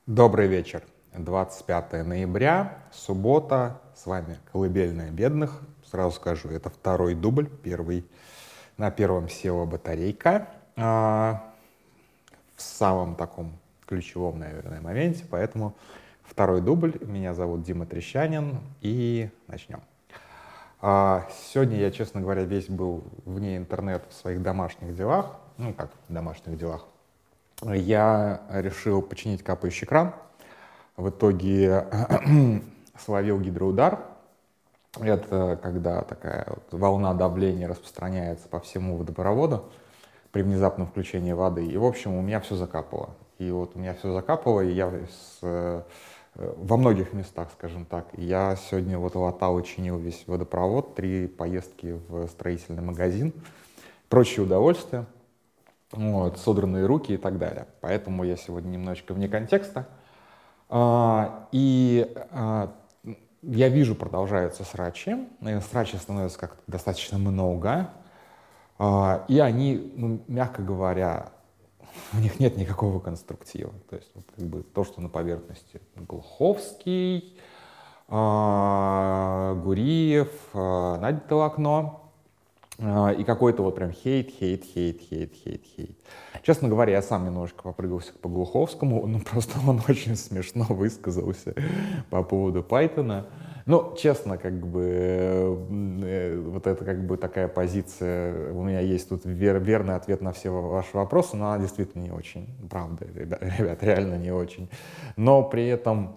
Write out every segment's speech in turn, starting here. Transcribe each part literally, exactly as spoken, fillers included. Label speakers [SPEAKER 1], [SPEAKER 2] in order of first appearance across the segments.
[SPEAKER 1] Добрый вечер. двадцать пятое ноября, суббота. С вами «Колыбельная бедных». Сразу скажу, это второй дубль, первый на первом села батарейка. А, в самом таком ключевом, наверное, моменте, поэтому второй дубль. Меня зовут Дима Трещанин, и начнем. А, сегодня я, честно говоря, весь был вне интернета в своих домашних делах. Ну, как в домашних делах. Я решил починить капающий кран. В итоге словил гидроудар. Это когда такая вот волна давления распространяется по всему водопроводу при внезапном включении воды. И, в общем, у меня все закапало. И вот у меня все закапало, и я с, во многих местах, скажем так. И я сегодня вот латал и чинил весь водопровод, три поездки в строительный магазин, прочие удовольствия, вот, содранные руки и так далее. Поэтому я сегодня немножечко вне контекста. А, и а, я вижу, продолжаются срачи. Срачи становится как-то достаточно много. А, и они, ну, мягко говоря, у них нет никакого конструктива. То есть вот, как бы, то, что на поверхности. Глуховский, а, Гуриев, а, Надя Толокно. И какой-то вот прям хейт, хейт, хейт, хейт, хейт, хейт. Честно говоря, я сам немножко попрыгался по Глуховскому, ну просто он очень смешно высказался по поводу Пайтона. Ну, честно, как бы, э, вот это как бы такая позиция, у меня есть тут вер, верный ответ на все ваши вопросы, но она действительно не очень, правда, ребят, реально не очень. Но при этом,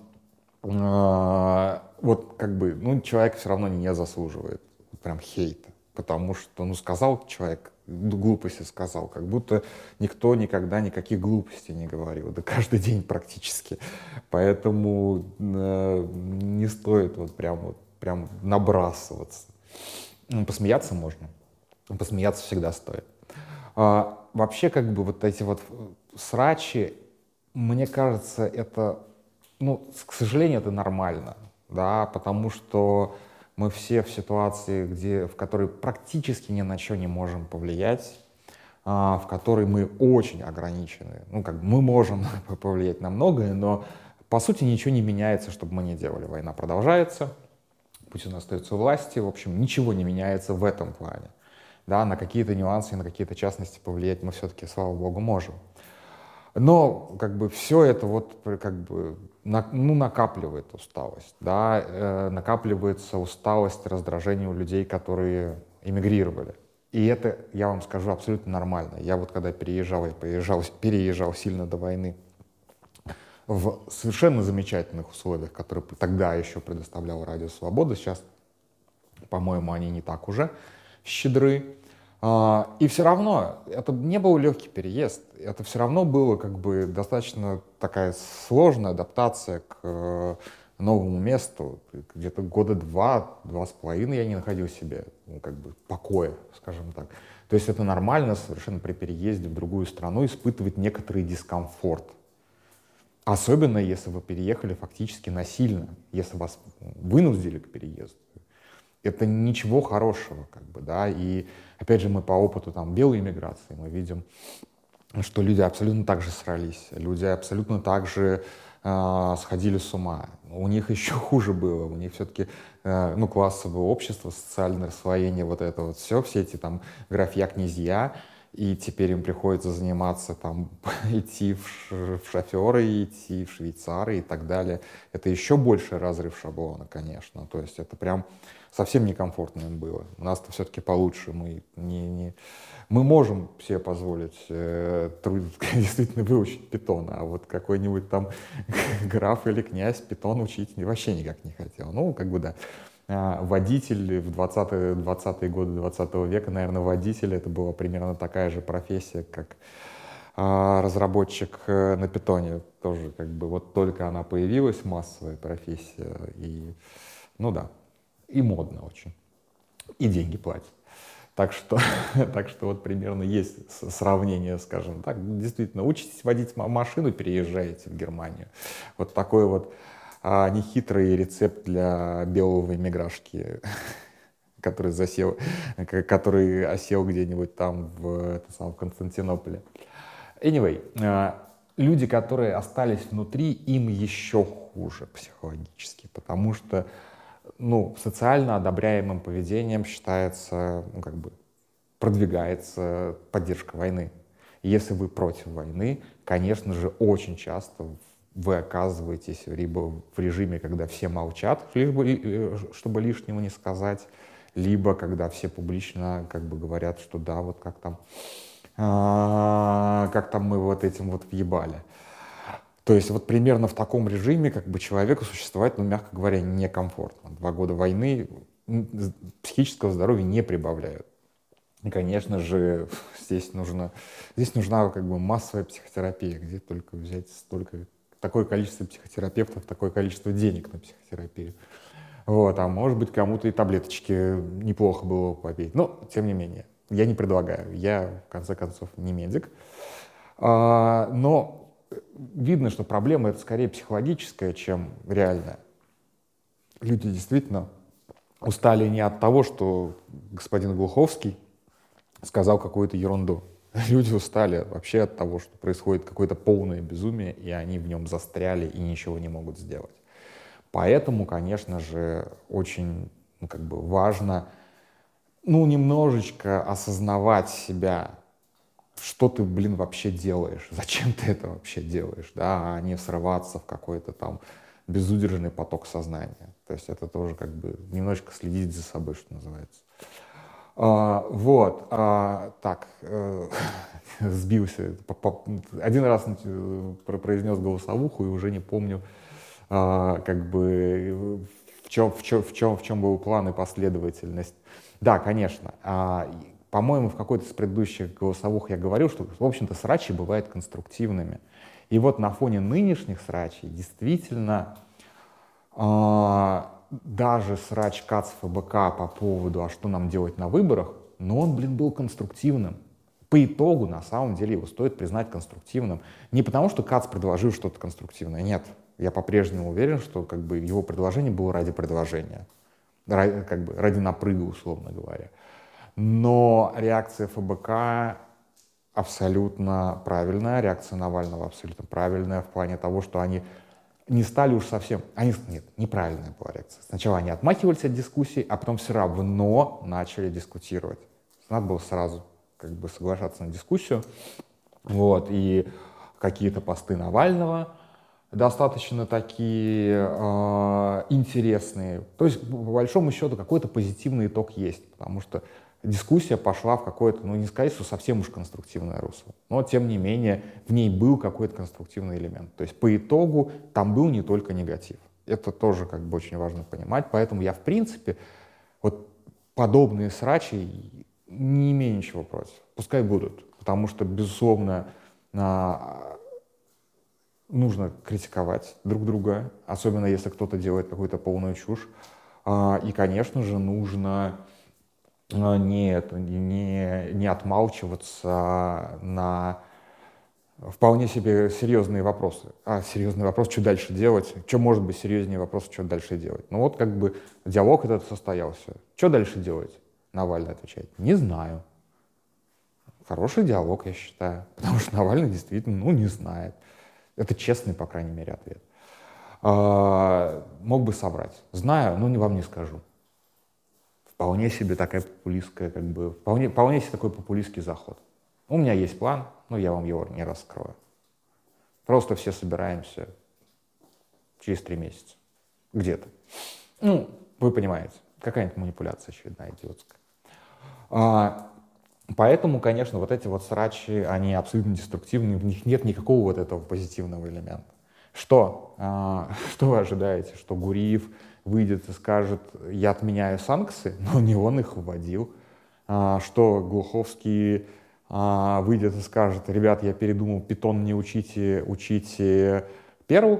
[SPEAKER 1] э, вот как бы, ну, человек все равно не заслуживает прям хейта. Потому что, ну, сказал человек, глупости сказал, как будто никто никогда никаких глупостей не говорил, да каждый день практически. Поэтому э, не стоит вот прям, вот прям набрасываться. Посмеяться можно, посмеяться всегда стоит. А, вообще, как бы вот эти вот срачи, мне кажется, это, ну, к сожалению, это нормально, да, потому что мы все в ситуации, где, в которой практически ни на что не можем повлиять, а, в которой мы очень ограничены. Ну, как бы мы можем повлиять на многое, но по сути ничего не меняется, чтобы мы не делали. Война продолжается, Путин остается у власти, в общем, ничего не меняется в этом плане. Да, на какие-то нюансы, на какие-то частности повлиять мы все-таки, слава богу, можем. Но как бы все это вот как бы на, ну, накапливает усталость, да, э, накапливается усталость, раздражение у людей, которые эмигрировали. И это, я вам скажу, абсолютно нормально. Я вот когда переезжал, я переезжал, переезжал сильно до войны в совершенно замечательных условиях, которые тогда еще предоставлял Радио Свобода. Сейчас, по-моему, они не так уже щедры. И все равно это не был легкий переезд, это все равно было как бы достаточно такая сложная адаптация к новому месту. Где-то года два, два с половиной я не находил себе, ну, как бы покоя, скажем так. То есть это нормально совершенно при переезде в другую страну испытывать некоторый дискомфорт. Особенно если вы переехали фактически насильно, если вас вынудили к переезду. Это ничего хорошего, как бы, да, и опять же мы по опыту там белой иммиграции мы видим, что люди абсолютно так же срались, люди абсолютно так же э, сходили с ума. У них еще хуже было, у них все-таки э, ну, классовое общество, социальное расслоение, вот это вот все, все эти там графья-князья, и теперь им приходится заниматься там, идти в, ш- в шоферы, идти в швейцары и так далее. Это еще больше разрыв шаблона, конечно, то есть это прям совсем некомфортно им было. У нас-то все-таки получше. Мы, не, не... мы можем себе позволить э, труд... действительно выучить питон, а вот какой-нибудь там граф или князь питон учить вообще никак не хотел. Ну, как бы да. А, водитель в двадцатые, двадцатые годы двадцатого века, наверное, водитель это была примерно такая же профессия, как а, разработчик на питоне. Тоже как бы вот только она появилась, массовая профессия. И, ну да. И модно очень. И деньги платят. Так что, так что вот примерно есть сравнение, скажем так. Действительно, учитесь водить машину, переезжаете в Германию. Вот такой вот а, нехитрый рецепт для белого иммиграшки, который засел, который осел где-нибудь там в, это самое, в Константинополе. Anyway, люди, которые остались внутри, им еще хуже психологически, потому что, ну, социально одобряемым поведением считается, ну, как бы, продвигается поддержка войны. Если вы против войны, конечно же, очень часто вы оказываетесь либо в режиме, когда все молчат, либо, э, чтобы лишнего не сказать, либо когда все публично как бы говорят, что да, вот как там, а, как там мы вот этим вот въебали. То есть вот примерно в таком режиме как бы человеку существовать, ну, мягко говоря, некомфортно. Два года войны психического здоровья не прибавляют. И, конечно же, здесь, нужно, здесь нужна как бы массовая психотерапия, где только взять столько, такое количество психотерапевтов, такое количество денег на психотерапию. Вот, а может быть, кому-то и таблеточки неплохо было бы попить. Но, тем не менее, я не предлагаю. Я, в конце концов, не медик. А, но видно, что проблема это скорее психологическая, чем реальная. Люди действительно устали не от того, что господин Глуховский сказал какую-то ерунду. Люди устали вообще от того, что происходит какое-то полное безумие, и они в нем застряли и ничего не могут сделать. Поэтому, конечно же, очень, ну, как бы важно, ну, немножечко осознавать себя, что ты, блин, вообще делаешь, зачем ты это вообще делаешь, да, а не срываться в какой-то там безудержный поток сознания. То есть это тоже как бы немножечко следить за собой, что называется. А, вот, а, так, э, сбился. Один раз произнес голосовуху и уже не помню, а, как бы в чем, в чем, в чем, в чем был план и последовательность. Да, конечно. А, по-моему, в какой-то из предыдущих голосовух я говорил, что, в общем-то, срачи бывают конструктивными. И вот на фоне нынешних срачей действительно а, даже срач КАЦ-ФБК по поводу, а что нам делать на выборах, но он, блин, был конструктивным. По итогу, на самом деле, его стоит признать конструктивным. Не потому, что КАЦ предложил что-то конструктивное, нет. Я по-прежнему уверен, что как бы, его предложение было ради предложения, ради, как бы, ради напрыга, условно говоря. Но реакция ФБК абсолютно правильная, реакция Навального абсолютно правильная в плане того, что они не стали уж совсем... Они, нет, неправильная была реакция. Сначала они отмахивались от дискуссий, а потом все равно начали дискутировать. Надо было сразу как бы соглашаться на дискуссию. Вот, и какие-то посты Навального достаточно такие э, интересные. То есть, по большому счету, какой-то позитивный итог есть, потому что дискуссия пошла в какое-то, ну, не сказать, что совсем уж конструктивное русло, но, тем не менее, в ней был какой-то конструктивный элемент. То есть, по итогу, там был не только негатив. Это тоже, как бы, очень важно понимать. Поэтому я, в принципе, вот подобные срачи не имею ничего против. Пускай будут. Потому что, безусловно, нужно критиковать друг друга, особенно если кто-то делает какую-то полную чушь. И, конечно же, нужно не, не, не отмалчиваться на вполне себе серьезные вопросы. А, серьезный вопрос, что дальше делать? Что может быть серьезнее вопрос, что дальше делать? Ну вот как бы диалог этот состоялся. Что дальше делать? Навальный отвечает: не знаю. Хороший диалог, я считаю, потому что Навальный действительно, ну, не знает. Это честный, по крайней мере, ответ. А, мог бы соврать. Знаю, но не вам не скажу. Вполне себе такая популистская, как бы, вполне, вполне себе такой популистский заход. У меня есть план, но я вам его не раскрою. Просто все собираемся через три месяца. Где-то. Ну, вы понимаете, какая-нибудь манипуляция очередная идиотская. А, поэтому, конечно, вот эти вот срачи, они абсолютно деструктивны, в них нет никакого вот этого позитивного элемента. Что? А, что вы ожидаете? Что Гуриев выйдет и скажет: я отменяю санкции, но не он их вводил. А, что Глуховский а, выйдет и скажет: ребят, я передумал, питон не учите, учите перл.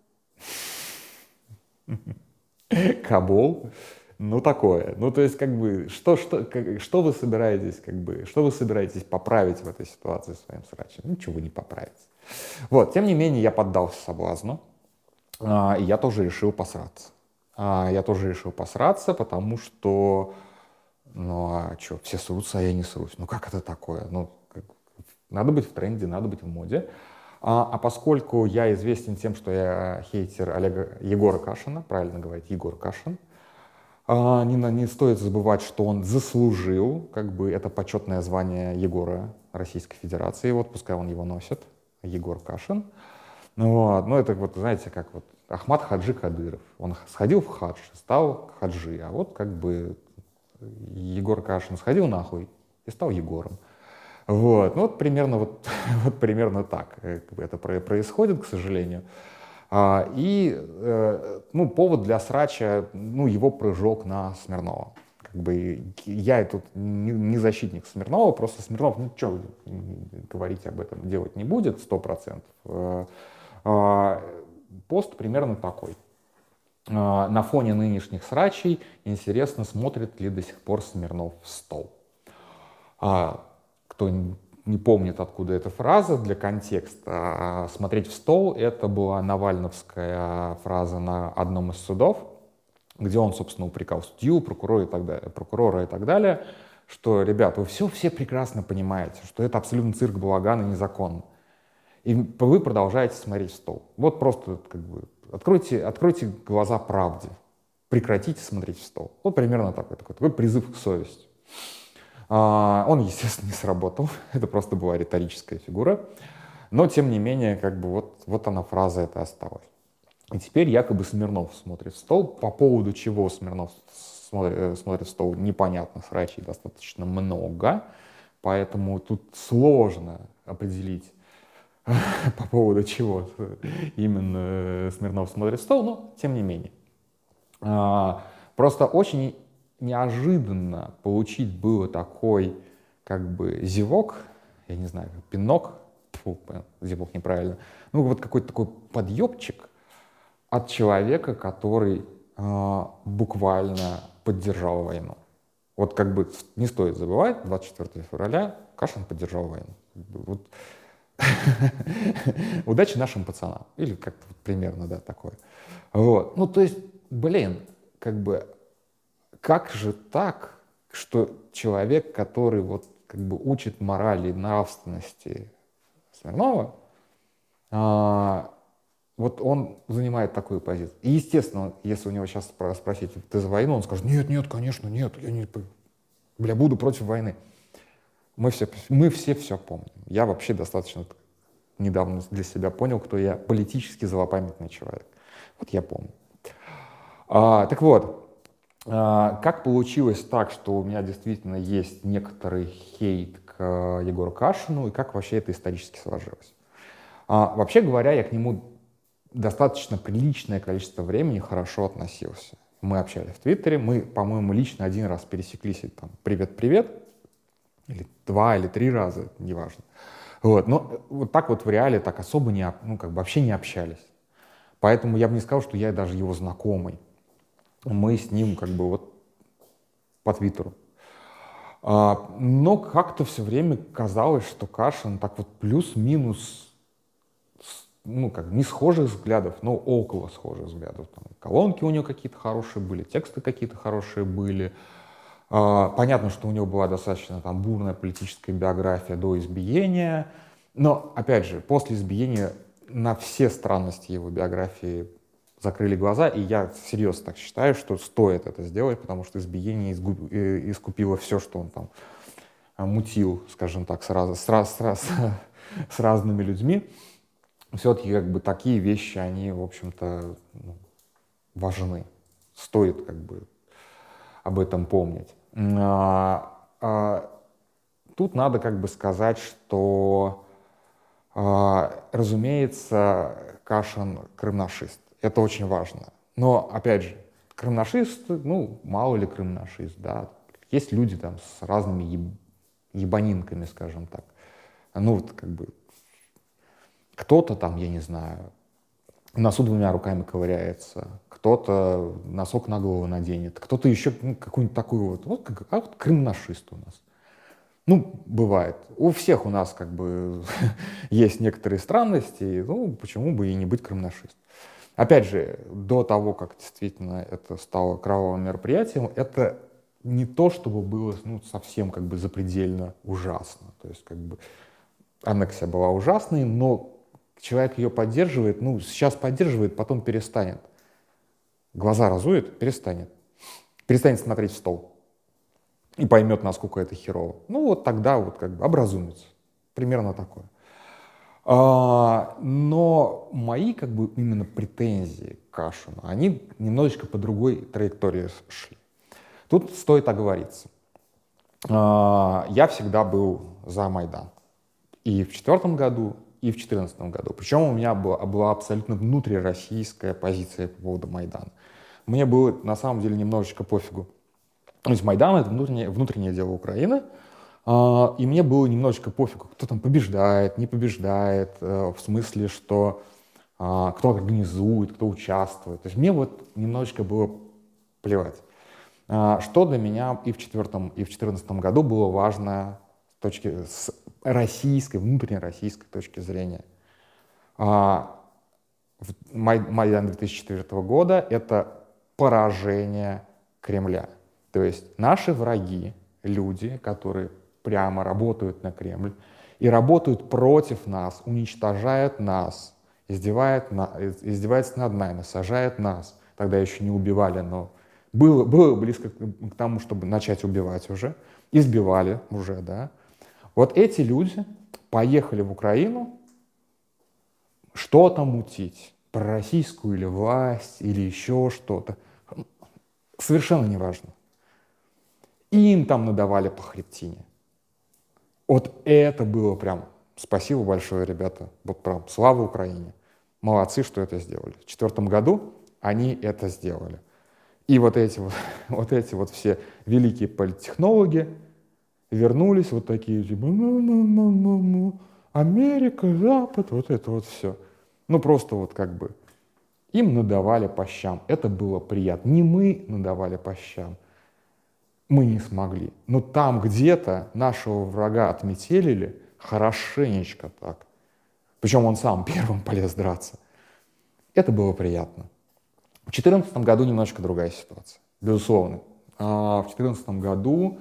[SPEAKER 1] Кабол. Ну, такое. Ну, то есть, как бы, что, что, как, что вы собираетесь, как бы, что вы собираетесь поправить в этой ситуации своим срачем? Ничего вы не поправите. Вот, тем не менее, я поддался соблазну, а, и я тоже решил посраться. А, я тоже решил посраться, потому что, ну, а что, все срутся, а я не срусь. Ну, как это такое? Ну, как, надо быть в тренде, надо быть в моде. А, а поскольку я известен тем, что я хейтер Олега Егора Кашина, правильно говорить, Егор Кашин, а, не, на- не стоит забывать, что он заслужил как бы это почетное звание Егора Российской Федерации, вот пускай он его носит, Егор Кашин. Ну, вот. Ну, это вот, знаете, как вот Ахмад Хаджи Кадыров. Он сходил в хадж, стал хаджи, а вот как бы Егор Кашин сходил нахуй и стал Егором. Вот, ну вот примерно вот, вот примерно так э, как бы это про- происходит, к сожалению. А, и э, ну, повод для срача, ну, его прыжок на Смирнова. Как бы я тут не, не защитник Смирнова, просто Смирнов, ну что говорить об этом, делать не будет, сто процентов. Э, а, Пост примерно такой. А, На фоне нынешних срачей интересно, смотрит ли до сих пор Смирнов в стол. А, Кто н- не помнит, откуда эта фраза, для контекста, а, смотреть в стол — это была навальновская фраза на одном из судов, где он, собственно, упрекал судью, прокурора и так далее, прокурора и так далее, что, ребят, вы все, все прекрасно понимаете, что это абсолютно цирк, балаган и незаконно. И вы продолжаете смотреть в стол. Вот просто как бы откройте, откройте глаза правде, прекратите смотреть в стол. Вот примерно такой, такой, такой призыв к совести. А, Он, естественно, не сработал. Это просто была риторическая фигура. Но, тем не менее, как бы вот, вот она, фраза эта осталась. И теперь якобы Смирнов смотрит в стол. По поводу чего Смирнов смотрит, э, смотрит в стол, непонятно, срачей достаточно много. Поэтому тут сложно определить, по поводу чего именно Смирнов смотрит в стол, но тем не менее. А, Просто очень неожиданно получить было такой как бы зевок, я не знаю, пинок, фу, зевок неправильно, ну вот какой-то такой подъебчик от человека, который а, буквально поддержал войну. Вот как бы не стоит забывать, двадцать четвёртого февраля Кашин поддержал войну. Вот. Удачи нашим пацанам. Или как-то вот примерно, да, такое. Вот. Ну, то есть, блин, как бы, как же так, что человек, который вот как бы учит морали и нравственности Смирнова, а, вот он занимает такую позицию. И, естественно, если у него сейчас спросить, ты за войну, он скажет, нет, нет, конечно, нет, я не, бля, буду против войны. Мы все, мы все все помним. Я вообще достаточно недавно для себя понял, кто я, политически злопамятный человек. Вот я помню. А, так вот, а, как получилось так, что у меня действительно есть некоторый хейт к Егору Кашину, и как вообще это исторически сложилось? А, вообще говоря, я к нему достаточно приличное количество времени хорошо относился. Мы общались в Твиттере, мы, по-моему, лично один раз пересеклись, и там «привет-привет», или два, или три раза, неважно. Вот, но вот так вот в реале так особо не, ну, как бы вообще не общались. Поэтому я бы не сказал, что я даже его знакомый. Мы с ним как бы вот по Твиттеру. А, но как-то все время казалось, что Кашин так вот плюс-минус, ну, как не схожих взглядов, но около схожих взглядов. Там колонки у него какие-то хорошие были, тексты какие-то хорошие были. А, понятно, что у него была достаточно там бурная политическая биография до избиения, но, опять же, после избиения на все странности его биографии закрыли глаза, и я серьезно так считаю, что стоит это сделать, потому что избиение изгуб- э, искупило все, что он там а, мутил, скажем так, с, раз- с, раз- с, раз- с разными людьми. Все-таки как бы такие вещи, они, в общем-то, ну, важны. Стоит как бы об этом помнить. А, а, Тут надо как бы сказать, что, а, разумеется, Кашин крымнашист. Это очень важно. Но, опять же, крымнашист, ну, мало ли крымнашист, да. Есть люди там с разными еб... ебанинками, скажем так. Ну, вот как бы кто-то там, я не знаю, в носу двумя руками ковыряется, кто-то носок на голову наденет, кто-то еще ну, какую-нибудь такую вот, вот как, а вот крымнашист у нас. Ну, бывает. У всех у нас как бы есть некоторые странности, ну, почему бы и не быть крымнашистом. Опять же, до того, как действительно это стало кровавым мероприятием, это не то, чтобы было ну, совсем как бы запредельно ужасно. То есть как бы аннексия была ужасной, но Человек ее поддерживает, ну, сейчас поддерживает, потом перестанет. Глаза разует, перестанет. Перестанет смотреть в стол. И поймет, насколько это херово. Ну, вот тогда вот как бы образумится. Примерно такое. А, но мои как бы именно претензии к Кашину, они немножечко по другой траектории шли. Тут стоит оговориться. А, я всегда был за Майдан. И в четвертом году, и в четырнадцатом году. Причем у меня была, была абсолютно внутрироссийская позиция по поводу Майдана. Мне было на самом деле немножечко пофигу. То есть Майдан — это внутреннее, внутреннее дело Украины, а, и мне было немножечко пофигу, кто там побеждает, не побеждает, а, в смысле, что а, кто организует, кто участвует. То есть мне вот немножечко было плевать. А, что для меня и в четвертом, и в четырнадцатом году было важно с точки с российской, внутренней российской точки зрения. А, Май, Майдан две тысячи четвёртого года — это поражение Кремля. То есть наши враги, люди, которые прямо работают на Кремль и работают против нас, уничтожают нас, издевают на, издеваются над нами, сажают нас. Тогда еще не убивали, но было, было близко к тому, чтобы начать убивать уже. Избивали уже, да. Вот эти люди поехали в Украину что-то мутить. Про российскую или власть, или еще что-то. Совершенно неважно. И им там надавали по хребтине. Вот это было прям... Спасибо большое, ребята. Вот прям слава Украине. Молодцы, что это сделали. В четвертом году они это сделали. И вот эти вот, вот эти вот все великие политтехнологи вернулись вот такие, типа, ну-ну-ну-ну-ну, Америка, Запад, вот это вот все. Ну, просто вот как бы им надавали по щам. Это было приятно. Не мы надавали по щам. Мы не смогли. Но там где-то нашего врага отметелили хорошенечко так. Причем он сам первым полез драться. Это было приятно. В две тысячи четырнадцатом году немножечко другая ситуация. Безусловно. В две тысячи четырнадцатом году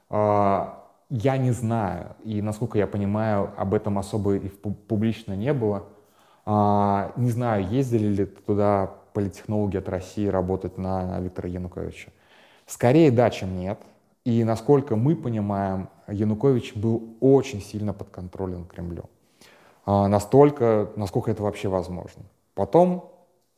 [SPEAKER 1] я не знаю, и насколько я понимаю, об этом особо и публично не было. А, не знаю, ездили ли туда политтехнологи от России работать на, на Виктора Януковича. Скорее да, чем нет. И насколько мы понимаем, Янукович был очень сильно подконтролен Кремлем. А, настолько, насколько это вообще возможно. Потом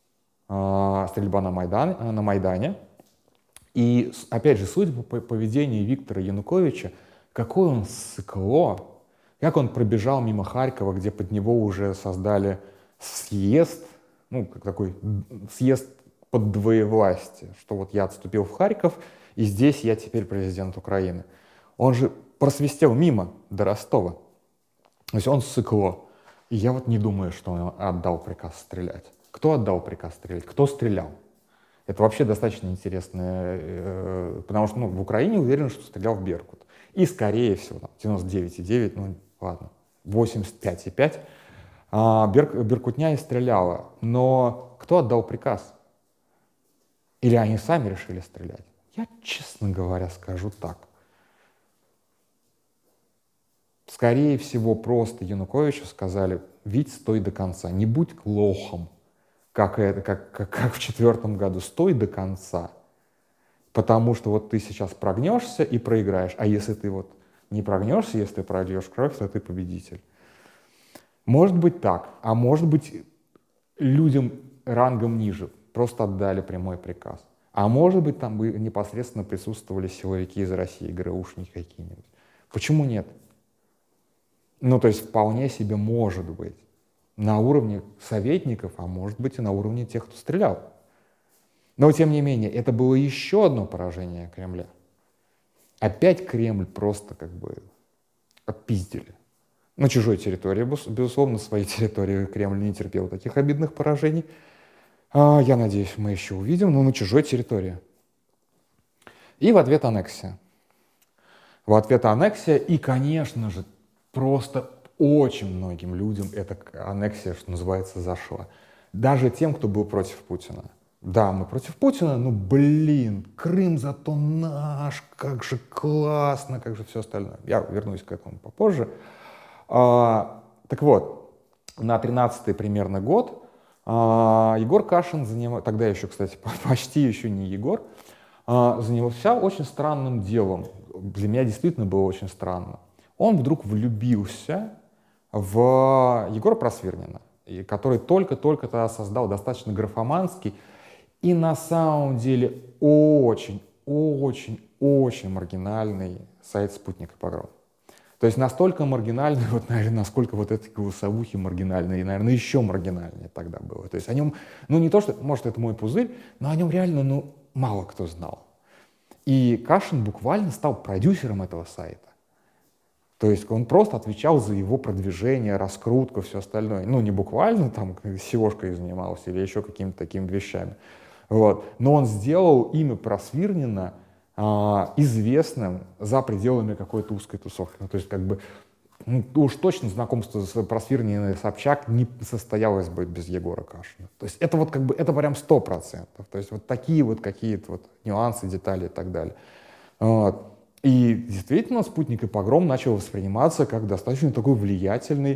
[SPEAKER 1] а, стрельба на, Майдан, на Майдане. И опять же, судя по поведению Виктора Януковича, какое он сыкло, как он пробежал мимо Харькова, где под него уже создали съезд, ну, как такой съезд под двоевластие, что вот я отступил в Харьков, и здесь я теперь президент Украины. Он же просвистел мимо до Ростова. То есть он сыкло. И я вот не думаю, что он отдал приказ стрелять. Кто отдал приказ стрелять? Кто стрелял? Это вообще достаточно интересно, потому что ну, в Украине уверен, что стрелял в Беркут. И, скорее всего, там, девяносто девять и девять, ну ладно, восемьдесят пять и пять, а, Берк, Беркутня и стреляла. Но кто отдал приказ? Или они сами решили стрелять? Я, честно говоря, скажу так. Скорее всего, просто Януковичу сказали: Вить, стой до конца, не будь лохом, как, это, как, как, как в четвертом году, стой до конца. Потому что вот ты сейчас прогнешься и проиграешь. А если ты вот не прогнешься, если ты прольешь кровь, то ты победитель. Может быть так. А может быть людям рангом ниже просто отдали прямой приказ. А может быть там бы непосредственно присутствовали силовики из России, ГРУшники какие-нибудь. Почему нет? Ну то есть вполне себе может быть. На уровне советников, а может быть и на уровне тех, кто стрелял. Но, тем не менее, это было еще одно поражение Кремля. Опять Кремль просто как бы отпиздили. На чужой территории, безусловно, на своей территории Кремль не терпел таких обидных поражений. А, я надеюсь, мы еще увидим, но на чужой территории. И в ответ аннексия. В ответ аннексия, и, конечно же, просто очень многим людям эта аннексия, что называется, зашла. Даже тем, кто был против Путина. Да, мы против Путина, но, блин, Крым зато наш, как же классно, как же все остальное. Я вернусь к этому попозже. А, так вот, на тринадцатый примерно год а, Егор Кашин занимался, тогда еще, кстати, почти еще не Егор, а, занялся очень странным делом. Для меня действительно было очень странно. Он вдруг влюбился в Егора Просвирнина, и который только-только тогда создал достаточно графоманский и на самом деле очень-очень-очень маргинальный сайт «Спутник и Погром». То есть настолько маргинальный, вот, наверное, насколько вот эти голосовухи маргинальные, и, наверное, еще маргинальнее тогда было. То есть о нем, ну не то, что, может, это мой пузырь, но о нем реально, ну, мало кто знал. И Кашин буквально стал продюсером этого сайта. То есть он просто отвечал за его продвижение, раскрутку, все остальное. Ну, не буквально там сеошкой занимался или еще какими-то такими вещами. Вот. Но он сделал имя Просвирнина а, известным за пределами какой-то узкой тусовки. Ну, то есть как бы ну, уж точно знакомство с Просвирниным и Собчак не состоялось бы без Егора Кашина. То есть это вот как бы, это прям сто процентов. То есть вот такие вот какие-то вот нюансы, детали и так далее. Вот. И действительно «Спутник и Погром» начал восприниматься как достаточно такой влиятельный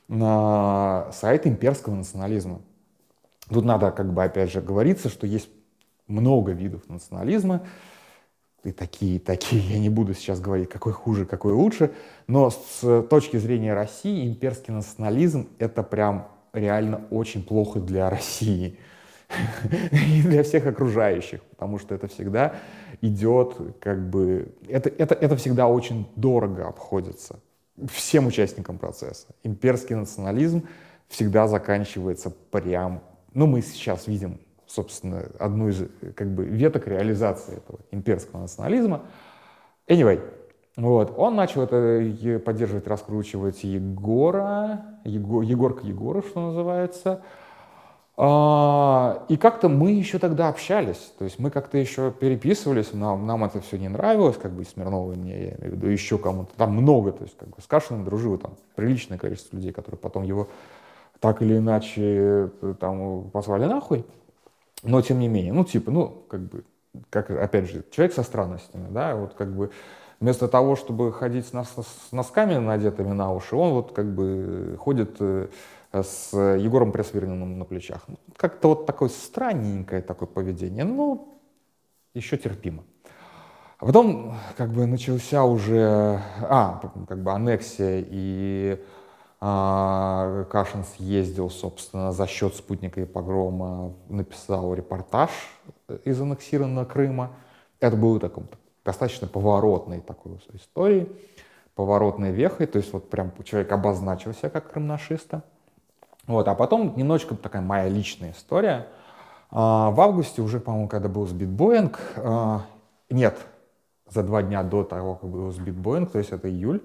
[SPEAKER 1] а, сайт имперского национализма. Тут надо как бы опять же говориться, что есть много видов национализма, и такие, и такие, я не буду сейчас говорить, какой хуже, какой лучше, но с точки зрения России имперский национализм — это прям реально очень плохо для России и для всех окружающих, потому что это всегда идет как бы, это, это, это всегда очень дорого обходится всем участникам процесса. Имперский национализм всегда заканчивается прям, ну мы сейчас видим, собственно, одну из как бы веток реализации этого имперского национализма. Anyway, вот, он начал это поддерживать, раскручивать Егора, Его, Егорка Егора, что называется. А, и как-то мы еще тогда общались, то есть мы как-то еще переписывались, нам, нам это все не нравилось, как бы и Смирнову, и мне, я имею в виду, еще кому-то, там много, то есть как бы с Кашиным дружило там приличное количество людей, которые потом его так или иначе там позвали нахуй, но тем не менее, ну типа, ну как бы, как опять же, человек со странностями, да, вот как бы вместо того, чтобы ходить с, нос, с носками надетыми на уши, он вот как бы ходит с Егором Просвирниным на плечах. Как-то вот такое странненькое такое поведение, ну, еще терпимо. А потом как бы начался уже, а, как бы аннексия, и а, Кашин съездил, собственно, за счет «Спутника и Погрома», написал репортаж из аннексированного Крыма. Это было такой достаточно поворотной такой историей, поворотной вехой, то есть вот прям человек обозначился как крымнашиста. Вот, а потом немножечко такая моя личная история. А, в августе уже, по-моему, когда был сбит Боинг, а, нет, за два дня до того, как был сбит Боинг, то есть это июль,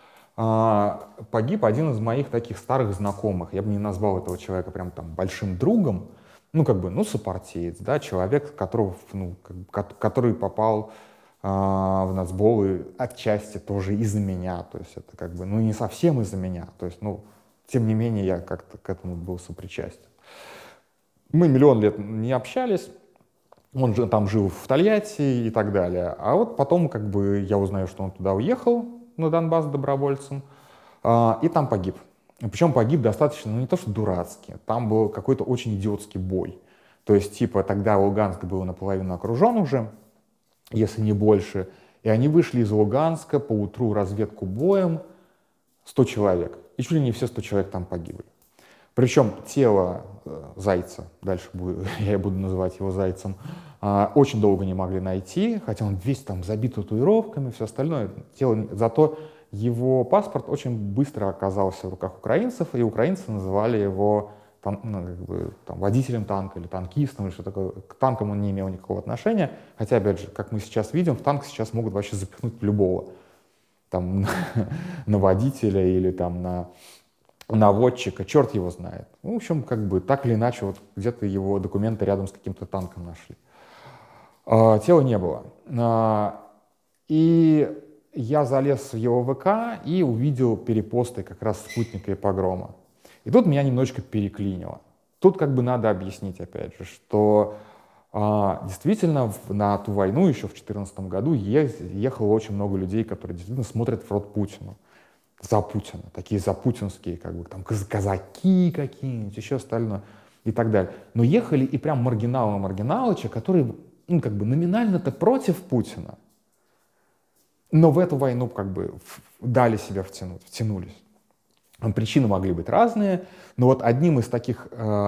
[SPEAKER 1] а, погиб один из моих таких старых знакомых. Я бы не назвал этого человека прям там большим другом, ну как бы, ну сопартиец, да, человек, которого, ну, как, который попал а, в нацболы отчасти тоже из-за меня, то есть это как бы, ну не совсем из-за меня, то есть, ну, тем не менее, я как-то к этому был сопричастен. Мы миллион лет не общались, он же там жил в Тольятти и так далее. А вот потом как бы я узнаю, что он туда уехал, на Донбасс добровольцем, и там погиб. Причем погиб достаточно, ну не то что дурацкий, там был какой-то очень идиотский бой. То есть типа тогда Луганск был наполовину окружен уже, если не больше, и они вышли из Луганска поутру разведку боем, сто человек. И чуть ли не все сто человек там погибли. Причем тело э, Зайца, дальше буду, я буду называть его Зайцем, э, очень долго не могли найти, хотя он весь там забит татуировками, все остальное. Тело, зато его паспорт очень быстро оказался в руках украинцев, и украинцы называли его там, ну, как бы, там, водителем танка или танкистом, или что такое. К танкам он не имел никакого отношения, хотя, опять же, как мы сейчас видим, в танк сейчас могут вообще запихнуть любого. Там, на, на водителя или там на наводчика, черт его знает. Ну, в общем, как бы так или иначе, вот где-то его документы рядом с каким-то танком нашли. А, тела не было. А, и я залез в его ВК и увидел перепосты как раз «Спутника и Погрома». И тут меня немножечко переклинило. Тут как бы надо объяснить, опять же, что а, действительно в, на ту войну еще в две тысячи четырнадцатом году е- ехало очень много людей, которые действительно смотрят в рот Путину. за Путина, такие запутинские, как бы там казаки какие-нибудь, еще остальное и так далее. Но ехали и прям маргиналы-маргиналычи, которые, ну, как бы номинально-то против Путина, но в эту войну как бы дали себя втянуть, втянулись. Причины могли быть разные, но вот одним из таких э,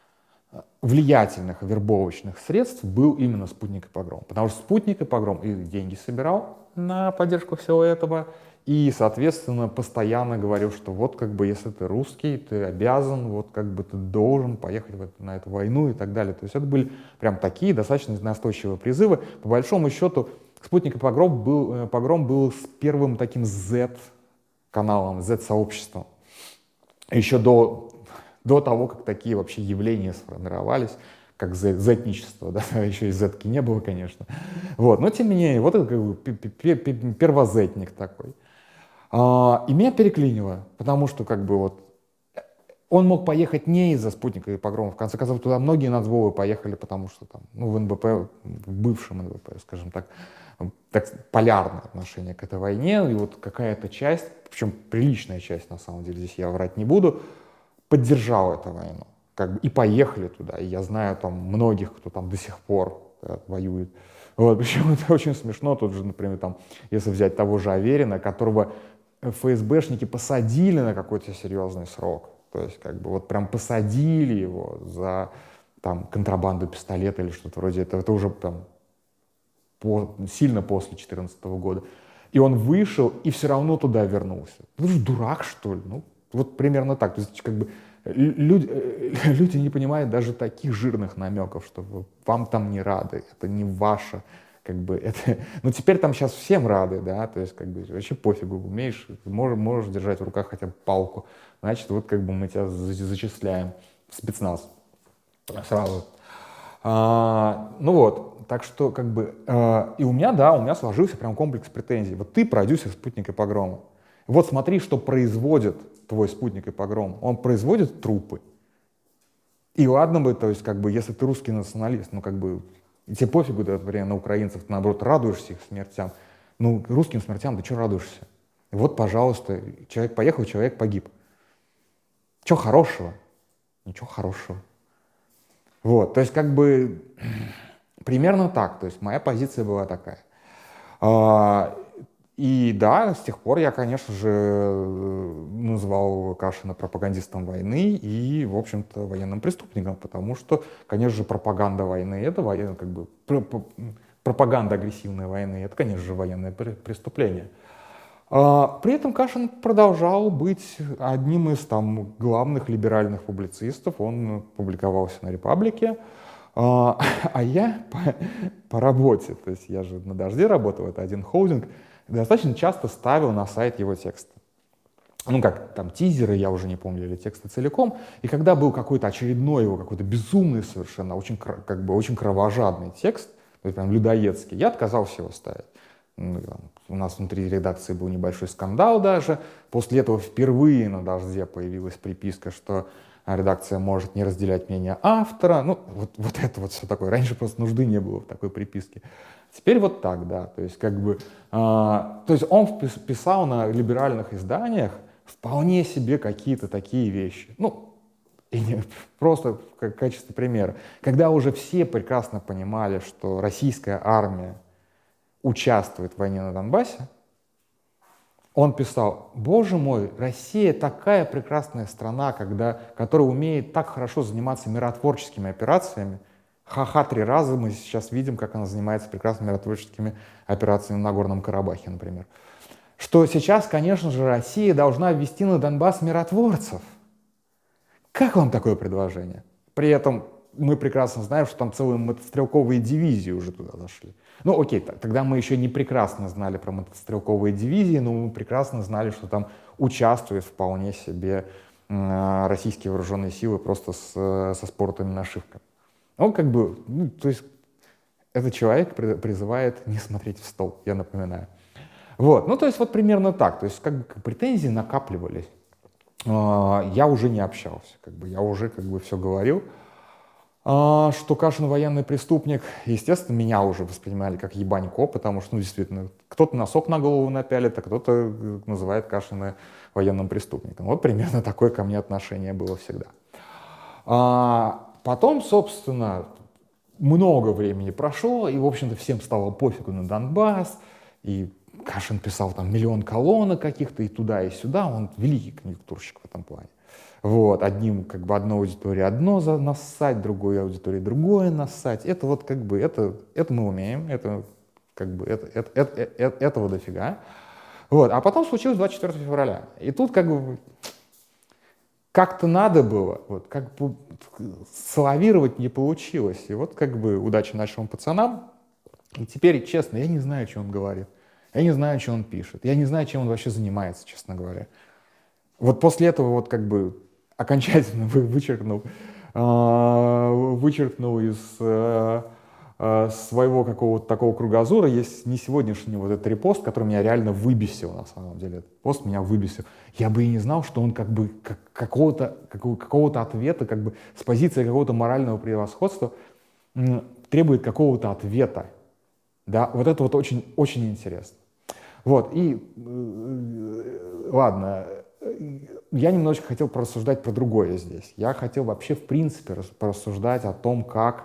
[SPEAKER 1] влиятельных вербовочных средств был именно «Спутник» и «Погром». Потому что «Спутник» и «Погром» и деньги собирал на поддержку всего этого, и, соответственно, постоянно говорил, что вот как бы если ты русский, ты обязан, вот как бы ты должен поехать в эту, на эту войну и так далее. То есть это были прям такие достаточно настойчивые призывы. По большому счету, «Спутник» и «Погром» был, «Погром» был с первым таким Z-каналом, Z-сообществом. Еще до, до того, как такие вообще явления сформировались, как зетничество, да, еще и зетки не было, конечно. Вот. Но, тем не менее, вот это как бы первозетник такой. А, и меня переклинило, потому что как бы вот он мог поехать не из-за «Спутника» и «Погрома». В конце концов, туда многие нацволы поехали, потому что там, ну, в эн бэ пэ, в бывшем эн бэ пэ, скажем так, так, полярное отношение к этой войне. И вот какая-то часть, причем приличная часть, на самом деле, здесь я врать не буду, поддержала эту войну. Как бы, и поехали туда. И я знаю там многих, кто там до сих пор да, воюет. Вот, причем это очень смешно. Тут же, например, там, если взять того же Аверина, которого эф эс бэшники посадили на какой-то серьезный срок. То есть, как бы, вот прям посадили его за там, контрабанду пистолета или что-то вроде этого. Это уже там по, сильно после две тысячи четырнадцатого года. И он вышел и все равно туда вернулся. Ты же дурак, что ли? Ну, вот примерно так. То есть, как бы, люди, люди не понимают даже таких жирных намеков, что вам там не рады, это не ваше. Как бы это, ну, теперь там сейчас всем рады, да, то есть, как бы, вообще пофигу, умеешь, можешь, можешь держать в руках хотя бы палку, значит, вот, как бы, мы тебя зачисляем в спецназ сразу. А, ну вот, так что, как бы, а, и у меня, да, у меня сложился прям комплекс претензий. Вот ты продюсер «Спутника» и «Погрома». Вот смотри, что производит твой «Спутник» и «Погром». Он производит трупы. И ладно бы, то есть, как бы, если ты русский националист, ну, как бы, и тебе пофигу, да, например, на украинцев, ты, наоборот, радуешься их смертям. Ну, русским смертям ты что радуешься? И вот, пожалуйста, человек поехал, человек погиб. Чего хорошего? Ничего хорошего. Вот, то есть, как бы, примерно так. То есть, моя позиция была такая. А, и да, с тех пор я, конечно же, называл Кашина пропагандистом войны и, в общем-то, военным преступником, потому что, конечно же, пропаганда войны — это военная, как бы, пропаганда агрессивной войны — это, конечно же, военное преступление. А, при этом Кашин продолжал быть одним из там главных либеральных публицистов. Он публиковался на «Репаблике». А, а я по, по работе, то есть я же на «Дожде» работал, это один холдинг, достаточно часто ставил на сайт его тексты. Ну как, там тизеры, я уже не помню, или тексты целиком. И когда был какой-то очередной его, какой-то безумный совершенно, очень, как бы, очень кровожадный текст, то есть прям людоедский, я отказался его ставить. Ну, там, у нас внутри редакции был небольшой скандал даже. После этого впервые на «Дожде» появилась приписка, что редакция может не разделять мнение автора. Ну, вот, вот это вот все такое. Раньше просто нужды не было в такой приписке. Теперь вот так, да. То есть, как бы, а, то есть он писал на либеральных изданиях вполне себе какие-то такие вещи. Ну, и не, просто в качестве примера. Когда уже все прекрасно понимали, что российская армия участвует в войне на Донбассе, он писал: боже мой, Россия такая прекрасная страна, когда, которая умеет так хорошо заниматься миротворческими операциями. Ха-ха, три раза мы сейчас видим, как она занимается прекрасными миротворческими операциями на Горном Карабахе, например. Что сейчас, конечно же, Россия должна ввести на Донбасс миротворцев. Как вам такое предложение? При этом мы прекрасно знаем, что там целые мотострелковые дивизии уже туда зашли. Ну окей, тогда мы еще не прекрасно знали про мотострелковые дивизии, но мы прекрасно знали, что там участвуют вполне себе э, российские вооруженные силы просто с, со спортами нашивками. Он как бы, ну, то есть этот человек призывает не смотреть в стол, я напоминаю. Вот, ну то есть вот примерно так, то есть как бы претензии накапливались. Э, я уже не общался, как бы я уже как бы все говорил. А, что Кашин военный преступник, естественно, меня уже воспринимали как ебанько, потому что, ну, действительно, кто-то носок на голову напялит, а кто-то называет Кашина военным преступником. Вот примерно такое ко мне отношение было всегда. А потом, собственно, много времени прошло, и, в общем-то, всем стало пофигу на Донбасс, и Кашин писал там миллион колонок каких-то и туда, и сюда, он великий конъюнктурщик в этом плане. Вот, одним, как бы, одной аудитории одно нассать, другой аудитории другое нассать. Это вот, как бы, это, это мы умеем, это, как бы, это, это, это, это, этого дофига. Вот, а потом случилось двадцать четвёртого февраля. И тут, как бы, как-то надо было, вот, как бы, славировать не получилось. И вот, как бы, удачи нашим пацанам. И теперь, честно, я не знаю, что он говорит. Я не знаю, что он пишет. Я не знаю, чем он вообще занимается, честно говоря. Вот после этого, вот, как бы, окончательно вычеркнул, вычеркнул из своего какого-то такого кругозора. Есть не сегодняшний вот этот репост, который меня реально выбесил, на самом деле. Этот пост меня выбесил. Я бы и не знал, что он, как бы, как, какого-то, какого-то ответа, как бы, с позиции какого-то морального превосходства требует какого-то ответа. Да, вот это вот очень, очень интересно. Вот, и ладно, я немножечко хотел порассуждать про другое здесь. Я хотел вообще, в принципе, порассуждать о том, как,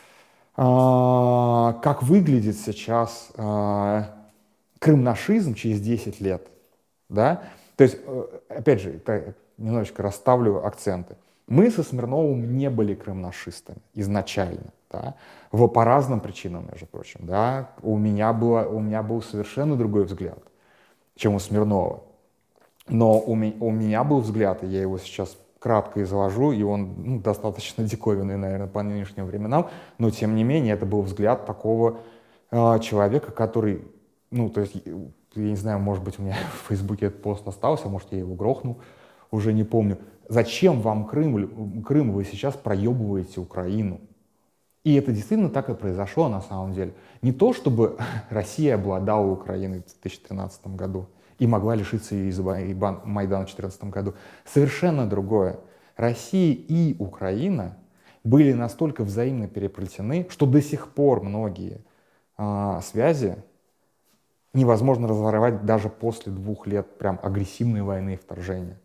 [SPEAKER 1] э, как выглядит сейчас э, крымнашизм через десять лет. Да? То есть, э, опять же, это, немножечко расставлю акценты. Мы со Смирновым не были крымнашистами изначально. Да? Вот по разным причинам, между прочим. Да? У меня было, у меня был совершенно другой взгляд, чем у Смирнова. Но у, ми, у меня был взгляд, и я его сейчас кратко изложу, и он, ну, достаточно диковинный, наверное, по нынешним временам, но тем не менее это был взгляд такого э, человека, который, ну, то есть, я не знаю, может быть, у меня в Фейсбуке этот пост остался, может, я его грохнул, уже не помню. Зачем вам Крым, Крым, вы сейчас проебываете Украину? И это действительно так и произошло на самом деле. Не то, чтобы Россия обладала Украиной в две тысячи тринадцатом году и могла лишиться ее из Майдана в две тысячи четырнадцатом году. Совершенно другое. Россия и Украина были настолько взаимно переплетены, что до сих пор многие а, связи невозможно разорвать даже после двух лет прям агрессивной войны и вторжения.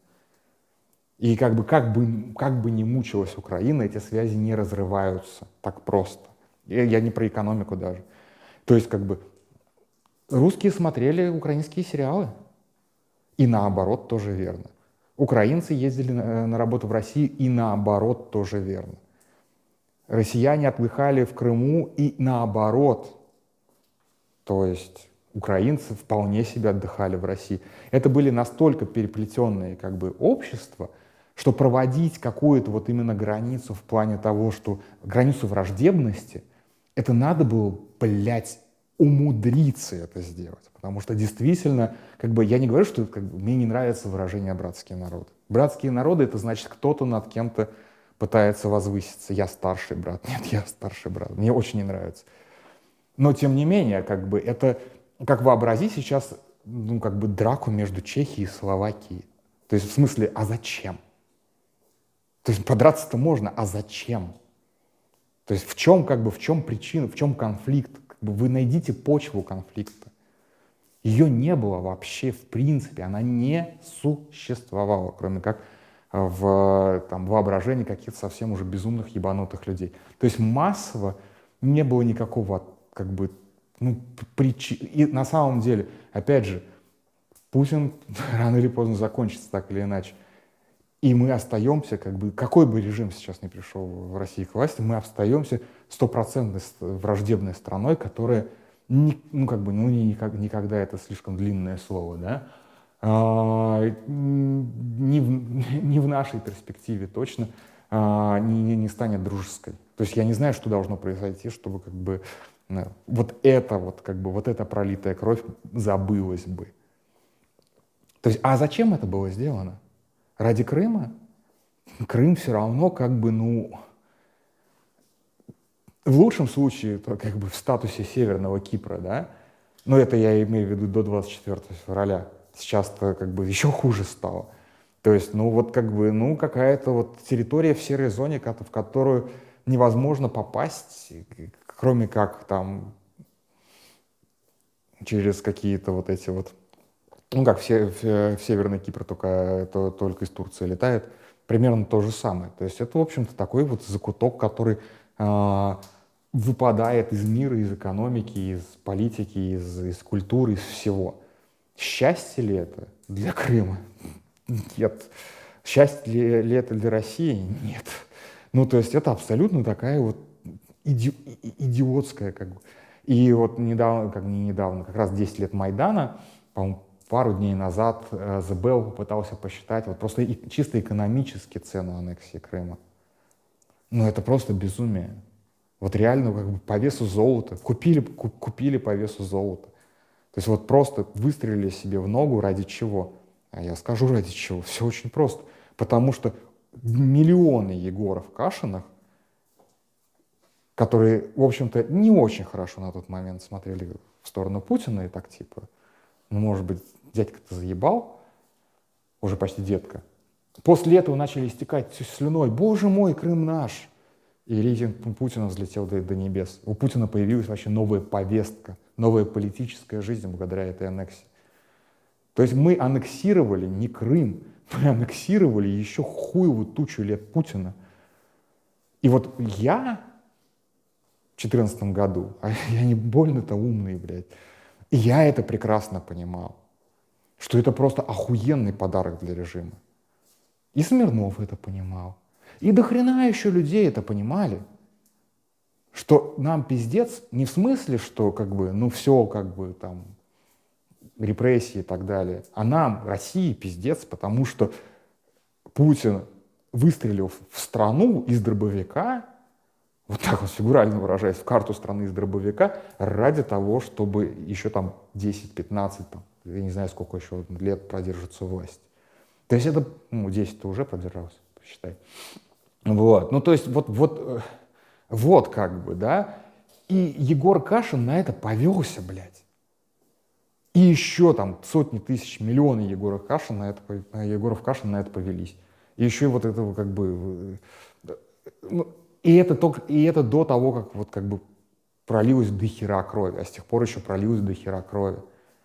[SPEAKER 1] И как бы, как бы, как бы ни мучилась Украина, эти связи не разрываются так просто. Я, я не про экономику даже. То есть, как бы, русские смотрели украинские сериалы. И наоборот тоже верно. Украинцы ездили на, на работу в Россию, и наоборот тоже верно. Россияне отдыхали в Крыму, и наоборот. То есть украинцы вполне себе отдыхали в России. Это были настолько переплетенные, как бы, общества, что проводить какую-то вот именно границу в плане того, что границу враждебности, это надо было, блядь, умудриться это сделать. Потому что действительно, как бы, я не говорю, что, как бы, мне не нравится выражение «братские народы». Братские народы — это значит, кто-то над кем-то пытается возвыситься. Я старший брат. Нет, я старший брат. Мне очень не нравится. Но, тем не менее, как бы, это, как вообрази сейчас, ну, как бы, драку между Чехией и Словакией. То есть, в смысле, а зачем? То есть, подраться-то можно, а зачем? То есть, в чем, как бы, в чем причина, в чем конфликт? Как бы, вы найдите почву конфликта. Ее не было вообще, в принципе, она не существовала, кроме как в там, воображении каких-то совсем уже безумных, ебанутых людей. То есть, массово не было никакого, как бы, ну, причин. И на самом деле, опять же, Путин рано или поздно закончится так или иначе. И мы остаемся, как бы, какой бы режим сейчас не пришел в России к власти, мы остаемся стопроцентно враждебной страной, которая, не, ну, как бы, ну, не, никогда, это слишком длинное слово, да, а, не, в, не в нашей перспективе точно а, не, не станет дружеской. То есть я не знаю, что должно произойти, чтобы, как бы, вот это вот, как бы, вот эта пролитая кровь забылась бы. То есть, а зачем это было сделано? Ради Крыма? Крым все равно, как бы, ну, в лучшем случае, то, как бы, в статусе Северного Кипра, да, но это я имею в виду до двадцать четвёртого февраля. Сейчас-то, как бы, еще хуже стало. То есть, ну, вот, как бы, ну, какая-то вот территория в серой зоне, в которую невозможно попасть, кроме как там через какие-то вот эти вот, ну как все, в, в Северный Кипр только, это, только из Турции летает, примерно то же самое. То есть это, в общем-то, такой вот закуток, который э, выпадает из мира, из экономики, из политики, из, из культуры, из всего. Счастье ли это для Крыма? Нет. Счастье ли, ли это для России? Нет. Ну, то есть это абсолютно такая вот иди, идиотская как бы. И вот недавно, как не недавно, как раз десять лет Майдана, по-моему, пару дней назад The Bell попытался посчитать вот просто и, чисто экономически цену аннексии Крыма. Ну, это просто безумие. Вот реально как бы по весу золота. Купили, купили по весу золота. То есть вот просто выстрелили себе в ногу ради чего? А я скажу ради чего. Все очень просто. Потому что миллионы Егоров Кашиных, которые, в общем-то, не очень хорошо на тот момент смотрели в сторону Путина и так типа, ну, может быть, дядька-то заебал, уже почти детка. После этого начали истекать слюной. Боже мой, Крым наш. И рейтинг Путина взлетел до, до небес. У Путина появилась вообще новая повестка, новая политическая жизнь благодаря этой аннексии. То есть мы аннексировали не Крым, мы аннексировали еще хуевую тучу лет Путина. И вот я в четырнадцатом году, а я не больно-то умный, блядь, и я это прекрасно понимал, что это просто охуенный подарок для режима. И Смирнов это понимал. И до хрена еще людей это понимали, что нам пиздец не в смысле, что как бы, ну все, как бы там, репрессии и так далее, а нам, России, пиздец, потому что Путин выстрелил в страну из дробовика, вот так вот фигурально выражаясь, в карту страны из дробовика, ради того, чтобы еще там десять-пятнадцать, там, я не знаю, сколько еще лет продержится власть. То есть это, ну, десять-то уже продержалось, посчитай. Вот, ну то есть вот, вот, вот как бы, да, и Егор Кашин на это повелся, блядь. И еще там сотни тысяч, миллионы Егоров Кашин на это, Егоров Кашин на это повелись. И еще вот этого как бы, ну, и это только, и это до того, как вот как бы пролилось до хера крови, а с тех пор еще пролилось до хера крови.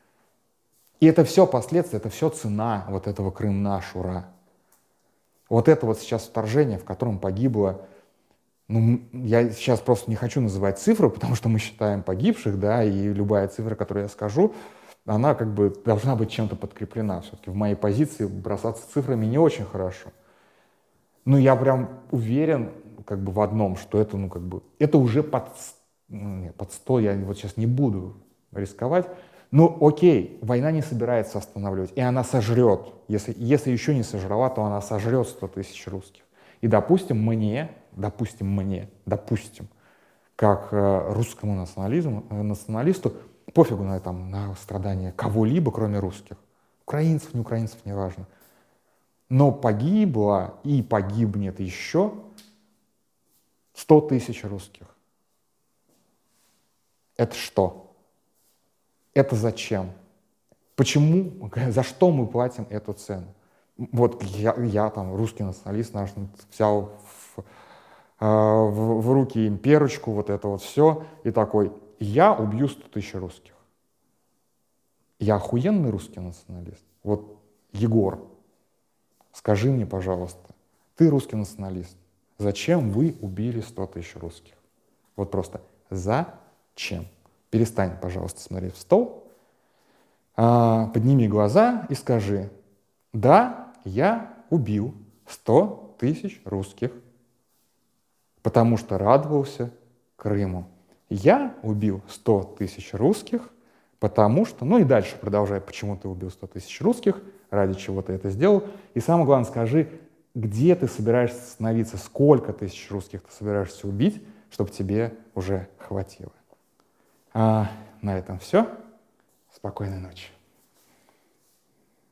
[SPEAKER 1] И это все последствия, это все цена вот этого Крым наш, ура. Вот это вот сейчас вторжение, в котором погибло, ну, я сейчас просто не хочу называть цифры, потому что мы считаем погибших, да, и любая цифра, которую я скажу, она как бы должна быть чем-то подкреплена. Все-таки в моей позиции бросаться цифрами не очень хорошо. Но я прям уверен как бы в одном, что это, ну, как бы, это уже под, ну, нет, под сто, я вот сейчас не буду рисковать. Ну, окей, война не собирается останавливать, и она сожрет. Если, если еще не сожрала, то она сожрет сто тысяч русских. И, допустим, мне, допустим, мне, допустим, как э, русскому национализму, э, националисту, пофигу на, там, на страдания кого-либо, кроме русских. Украинцев, не украинцев, неважно. Но погибло и погибнет еще сто тысяч русских. Это что? Это зачем? Почему, за что мы платим эту цену? Вот я, я там, русский националист, наш, взял в, в, в руки имперочку, вот это вот все, и такой, я убью сто тысяч русских. Я охуенный русский националист. Вот, Егор, скажи мне, пожалуйста, ты русский националист, зачем вы убили сто тысяч русских? Вот просто зачем? Перестань, пожалуйста, смотреть в стол, подними глаза и скажи, да, я убил сто тысяч русских, потому что радовался Крыму. Я убил сто тысяч русских, потому что, ну и дальше продолжай, почему ты убил сто тысяч русских, ради чего ты это сделал. И самое главное, скажи, где ты собираешься остановиться, сколько тысяч русских ты собираешься убить, чтобы тебе уже хватило. А на этом все. Спокойной ночи.